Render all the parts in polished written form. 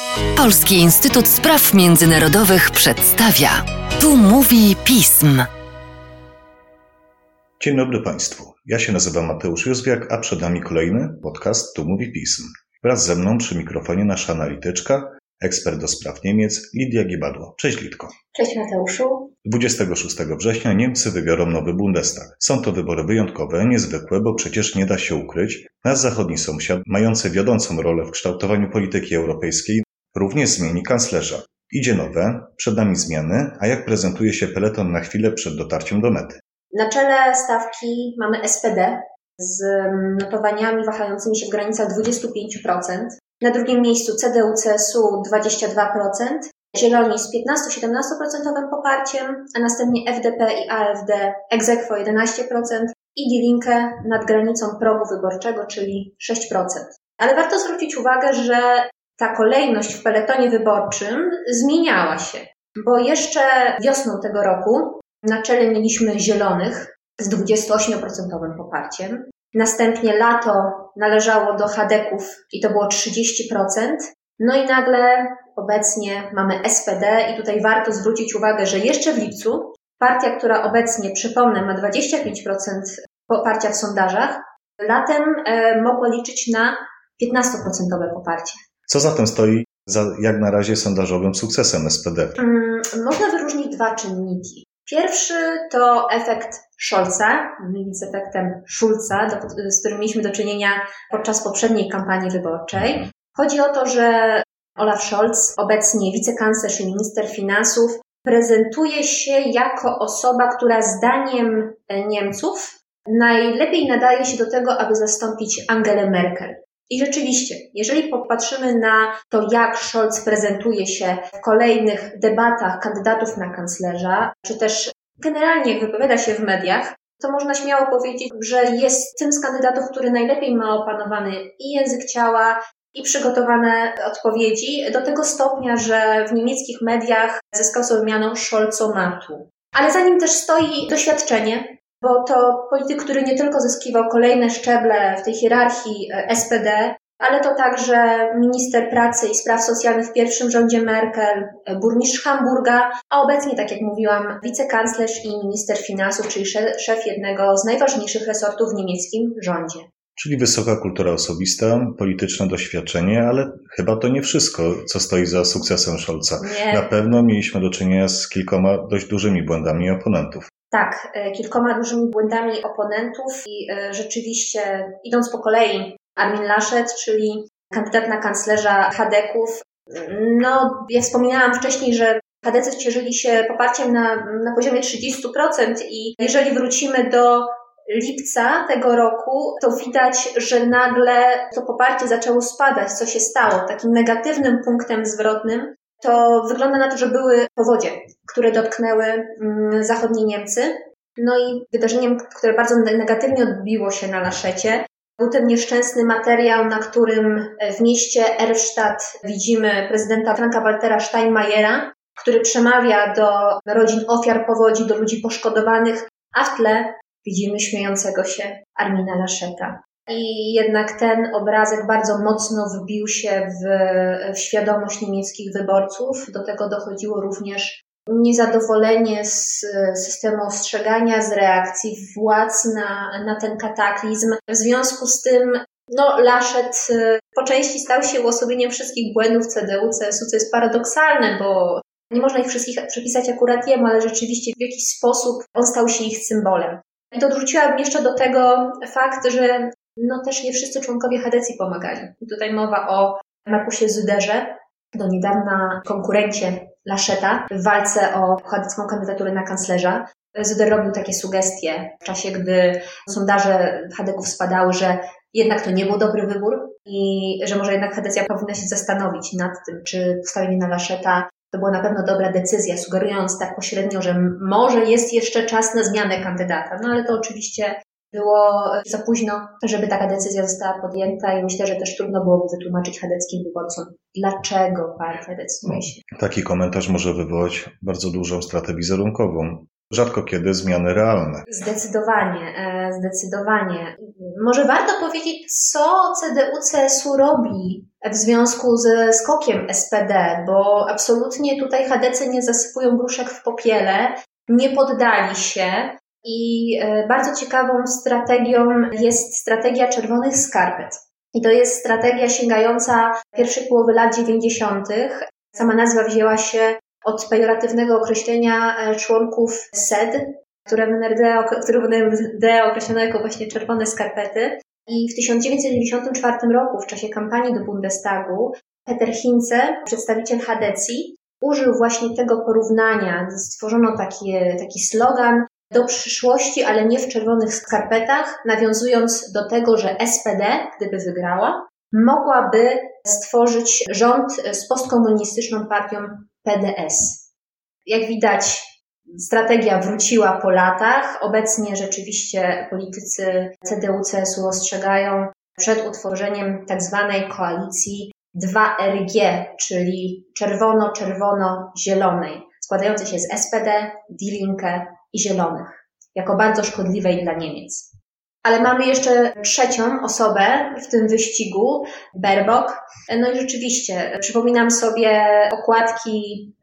Polski Instytut Spraw Międzynarodowych przedstawia. Tu mówi pism. Dzień dobry Państwu. Ja się nazywam Mateusz Józwiak, a przed nami kolejny podcast Tu mówi pism. Wraz ze mną przy mikrofonie nasza analityczka, ekspert do spraw Niemiec, Lidia Gibadło. Cześć Lidko. Cześć Mateuszu. 26 września Niemcy wybiorą nowy Bundestag. Są to wybory wyjątkowe, niezwykłe, bo przecież nie da się ukryć, nasz zachodni sąsiad, mający wiodącą rolę w kształtowaniu polityki europejskiej, również zmieni kanclerza. Idzie nowe, przed nami zmiany, a jak prezentuje się peleton na chwilę przed dotarciem do mety? Na czele stawki mamy SPD z notowaniami wahającymi się w granicach 25%. Na drugim miejscu CDU-CSU 22%, Zieloni z 15-17% poparciem, a następnie FDP i AfD ex aequo 11% i Die Linke nad granicą progu wyborczego, czyli 6%. Ale warto zwrócić uwagę, że ta kolejność w peletonie wyborczym zmieniała się, bo jeszcze wiosną tego roku na czele mieliśmy Zielonych z 28% poparciem. Następnie lato należało do Chadeków i to było 30%. No i nagle obecnie mamy SPD i tutaj warto zwrócić uwagę, że jeszcze w lipcu partia, która obecnie, przypomnę, ma 25% poparcia w sondażach, latem mogła liczyć na 15% poparcie. Co zatem stoi za jak na razie sondażowym sukcesem SPD? Można wyróżnić dwa czynniki. Pierwszy to efekt Scholza, z efektem Schulza, z którym mieliśmy do czynienia podczas poprzedniej kampanii wyborczej. Chodzi o to, że Olaf Scholz, obecnie wicekanclerz i minister finansów, prezentuje się jako osoba, która zdaniem Niemców najlepiej nadaje się do tego, aby zastąpić Angelę Merkel. I rzeczywiście, jeżeli popatrzymy na to, jak Scholz prezentuje się w kolejnych debatach kandydatów na kanclerza, czy też generalnie jak wypowiada się w mediach, to można śmiało powiedzieć, że jest tym z kandydatów, który najlepiej ma opanowany i język ciała, i przygotowane odpowiedzi, do tego stopnia, że w niemieckich mediach zyskał sobie miano Scholzomatu. Ale za nim też stoi doświadczenie, bo to polityk, który nie tylko zyskiwał kolejne szczeble w tej hierarchii SPD, ale to także minister pracy i spraw socjalnych w pierwszym rządzie Merkel, burmistrz Hamburga, a obecnie, tak jak mówiłam, wicekanclerz i minister finansów, czyli szef jednego z najważniejszych resortów w niemieckim rządzie. Czyli wysoka kultura osobista, polityczne doświadczenie, ale chyba to nie wszystko, co stoi za sukcesem Scholza. Nie. Na pewno mieliśmy do czynienia z kilkoma dość dużymi błędami oponentów. Tak, kilkoma dużymi błędami oponentów i rzeczywiście, idąc po kolei, Armin Laschet, czyli kandydat na kanclerza Chadeków. No, ja wspominałam wcześniej, że Chadecy cieszyli się poparciem na poziomie 30% i jeżeli wrócimy do lipca tego roku, to widać, że nagle to poparcie zaczęło spadać. Co się stało? Takim negatywnym punktem zwrotnym to wygląda na to, że były powodzie, które dotknęły zachodnie Niemcy. No i wydarzeniem, które bardzo negatywnie odbiło się na Laschecie, był ten nieszczęsny materiał, na którym w mieście Erfstadt widzimy prezydenta Franka-Waltera Steinmeiera, który przemawia do rodzin ofiar powodzi, do ludzi poszkodowanych, a w tle widzimy śmiejącego się Armina Lascheta. I jednak ten obrazek bardzo mocno wbił się w świadomość niemieckich wyborców. Do tego dochodziło również niezadowolenie z systemu ostrzegania, z reakcji władz na ten kataklizm. W związku z tym Laschet po części stał się uosobieniem wszystkich błędów CDU, CSU, co jest paradoksalne, bo nie można ich wszystkich przypisać akurat jemu, ale rzeczywiście w jakiś sposób on stał się ich symbolem. I dorzuciłabym jeszcze do tego fakt, że też nie wszyscy członkowie Chadecji pomagali. I tutaj mowa o Markusie Söderze, do niedawna konkurencie Lascheta w walce o chadecką kandydaturę na kanclerza. Söder robił takie sugestie w czasie, gdy sondaże Chadeków spadały, że jednak to nie był dobry wybór i że może jednak Chadecja powinna się zastanowić nad tym, czy postawienie na Lascheta to była na pewno dobra decyzja, sugerując tak pośrednio, że może jest jeszcze czas na zmianę kandydata. Ale to oczywiście było za późno, żeby taka decyzja została podjęta i myślę, że też trudno byłoby wytłumaczyć chadeckim wyborcom, dlaczego partia decyduje się. Taki komentarz może wywołać bardzo dużą stratę wizerunkową. rzadko kiedy zmiany realne. Zdecydowanie. Może warto powiedzieć, co CDU-CSU robi w związku ze skokiem SPD, bo absolutnie tutaj chadecy nie zasypują gruszek w popiele, nie poddali się i bardzo ciekawą strategią jest strategia czerwonych skarpet. I to jest strategia sięgająca pierwszej połowy lat 90. Sama nazwa wzięła się od pejoratywnego określenia członków SED, które w NRD określono jako właśnie czerwone skarpety. I w 1994 roku, w czasie kampanii do Bundestagu, Peter Hinze, przedstawiciel Hadecji, użył właśnie tego porównania. Stworzono taki slogan: do przyszłości, ale nie w czerwonych skarpetach, nawiązując do tego, że SPD, gdyby wygrała, mogłaby stworzyć rząd z postkomunistyczną partią PDS. Jak widać, strategia wróciła po latach. Obecnie rzeczywiście politycy CDU-CSU ostrzegają przed utworzeniem tak zwanej koalicji 2RG, czyli czerwono-czerwono-zielonej, składającej się z SPD, Die Linke i Zielonych, jako bardzo szkodliwej dla Niemiec. Ale mamy jeszcze trzecią osobę w tym wyścigu, Baerbock. No i rzeczywiście, przypominam sobie okładki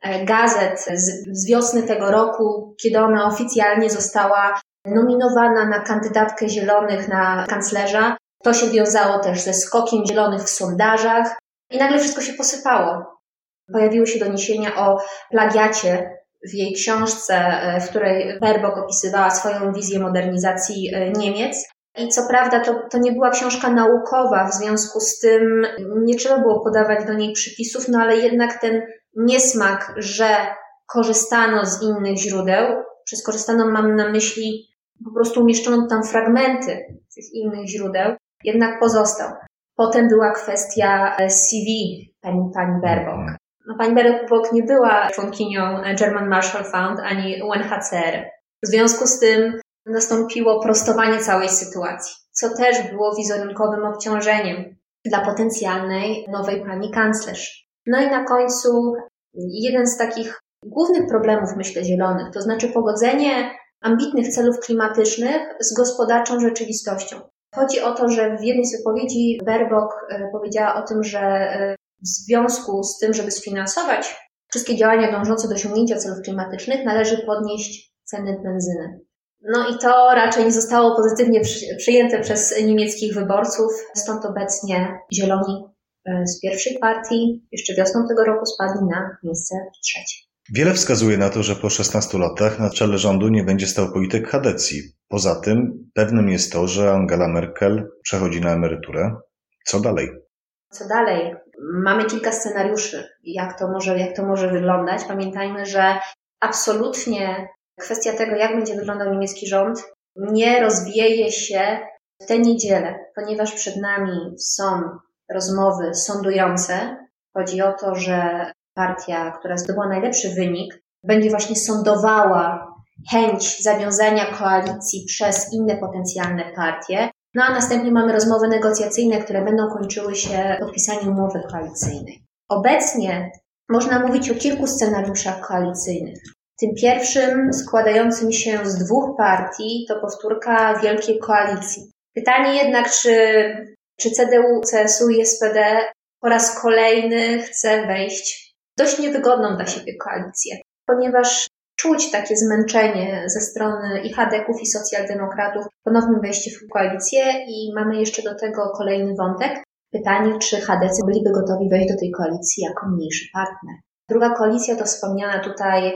gazet z wiosny tego roku, kiedy ona oficjalnie została nominowana na kandydatkę Zielonych na kanclerza. To się wiązało też ze skokiem Zielonych w sondażach i nagle wszystko się posypało. Pojawiły się doniesienia o plagiacie w jej książce, w której Baerbock opisywała swoją wizję modernizacji Niemiec. I co prawda to nie była książka naukowa, w związku z tym nie trzeba było podawać do niej przypisów, no ale jednak ten niesmak, że korzystano z innych źródeł, przez korzystano mam na myśli, po prostu umieszczono tam fragmenty tych innych źródeł, jednak pozostał. Potem była kwestia CV pani Baerbock. No, pani Baerbock nie była członkinią German Marshall Fund ani UNHCR. W związku z tym nastąpiło prostowanie całej sytuacji, co też było wizerunkowym obciążeniem dla potencjalnej nowej pani kanclerz. No i na końcu jeden z takich głównych problemów, myślę, Zielonych, to znaczy pogodzenie ambitnych celów klimatycznych z gospodarczą rzeczywistością. Chodzi o to, że w jednej z wypowiedzi Baerbock powiedziała o tym, że w związku z tym, żeby sfinansować wszystkie działania dążące do osiągnięcia celów klimatycznych, należy podnieść ceny benzyny. No i to raczej nie zostało pozytywnie przyjęte przez niemieckich wyborców, stąd obecnie Zieloni z pierwszej partii jeszcze wiosną tego roku spadli na miejsce trzecie. Wiele wskazuje na to, że po 16 latach na czele rządu nie będzie stał polityk Hadecji. Poza tym pewnym jest to, że Angela Merkel przechodzi na emeryturę. Co dalej? Co dalej? Mamy kilka scenariuszy, jak to może wyglądać. Pamiętajmy, że absolutnie kwestia tego, jak będzie wyglądał niemiecki rząd, nie rozwieje się w tę niedzielę, ponieważ przed nami są rozmowy sądujące. Chodzi o to, że partia, która zdobyła najlepszy wynik, będzie właśnie sądowała chęć zawiązania koalicji przez inne potencjalne partie. No a następnie mamy rozmowy negocjacyjne, które będą kończyły się podpisaniem umowy koalicyjnej. Obecnie można mówić o kilku scenariuszach koalicyjnych. Tym pierwszym, składającym się z dwóch partii, to powtórka wielkiej koalicji. Pytanie jednak, czy CDU, CSU i SPD po raz kolejny chce wejść w dość niewygodną dla siebie koalicję, ponieważ czuć takie zmęczenie ze strony i chadeków, i socjaldemokratów ponownym wejściem w koalicję i mamy jeszcze do tego kolejny wątek. Pytanie, czy chadecy byliby gotowi wejść do tej koalicji jako mniejszy partner. Druga koalicja to wspomniana tutaj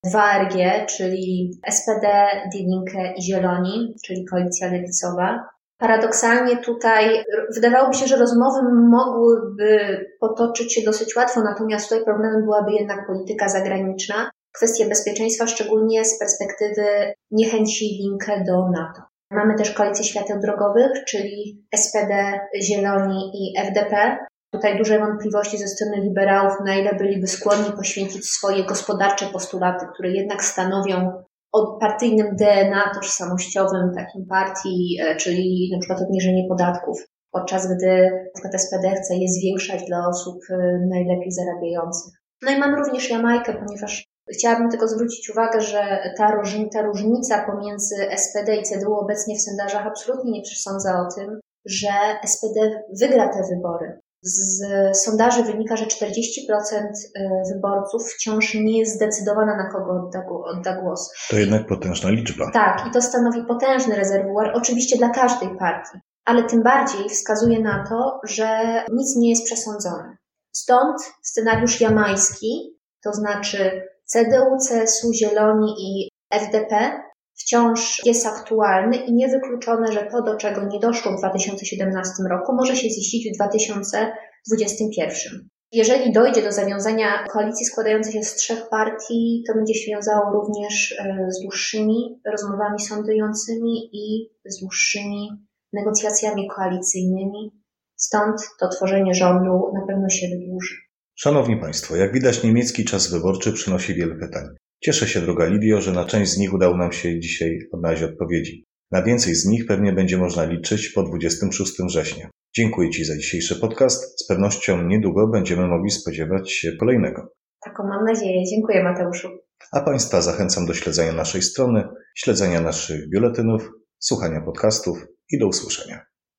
2RG, czyli SPD, Die Linke i Zieloni, czyli koalicja lewicowa. Paradoksalnie tutaj wydawałoby się, że rozmowy mogłyby potoczyć się dosyć łatwo, natomiast tutaj problemem byłaby jednak polityka zagraniczna, kwestia bezpieczeństwa, szczególnie z perspektywy niechęci Linke do NATO. Mamy też koalicję świateł drogowych, czyli SPD, Zieloni i FDP. Tutaj duże wątpliwości ze strony liberałów, na ile byliby skłonni poświęcić swoje gospodarcze postulaty, które jednak stanowią o partyjnym DNA tożsamościowym takim partii, czyli na przykład obniżenie podatków, podczas gdy SPD chce je zwiększać dla osób najlepiej zarabiających. No i mamy również Jamajkę, ponieważ Chciałabym tylko zwrócić uwagę, że ta różnica pomiędzy SPD i CDU obecnie w sondażach absolutnie nie przesądza o tym, że SPD wygra te wybory. Z sondaży wynika, że 40% wyborców wciąż nie jest zdecydowana, na kogo odda głos. To jednak potężna liczba. Tak, i to stanowi potężny rezerwuar, oczywiście dla każdej partii, ale tym bardziej wskazuje na to, że nic nie jest przesądzone. Stąd scenariusz jamański, to znaczy CDU, CSU, Zieloni i FDP wciąż jest aktualny i niewykluczone, że to, do czego nie doszło w 2017 roku, może się ziścić w 2021. Jeżeli dojdzie do zawiązania koalicji składającej się z 3 partii, to będzie się wiązało również z dłuższymi rozmowami sądującymi i z dłuższymi negocjacjami koalicyjnymi. Stąd to tworzenie rządu na pewno się wydłuży. Szanowni Państwo, jak widać, niemiecki czas wyborczy przynosi wiele pytań. Cieszę się, droga Lidio, że na część z nich udało nam się dzisiaj odnaleźć odpowiedzi. Na więcej z nich pewnie będzie można liczyć po 26 września. Dziękuję Ci za dzisiejszy podcast. Z pewnością niedługo będziemy mogli spodziewać się kolejnego. Taką mam nadzieję. Dziękuję, Mateuszu. A Państwa zachęcam do śledzenia naszej strony, śledzenia naszych biuletynów, słuchania podcastów i do usłyszenia.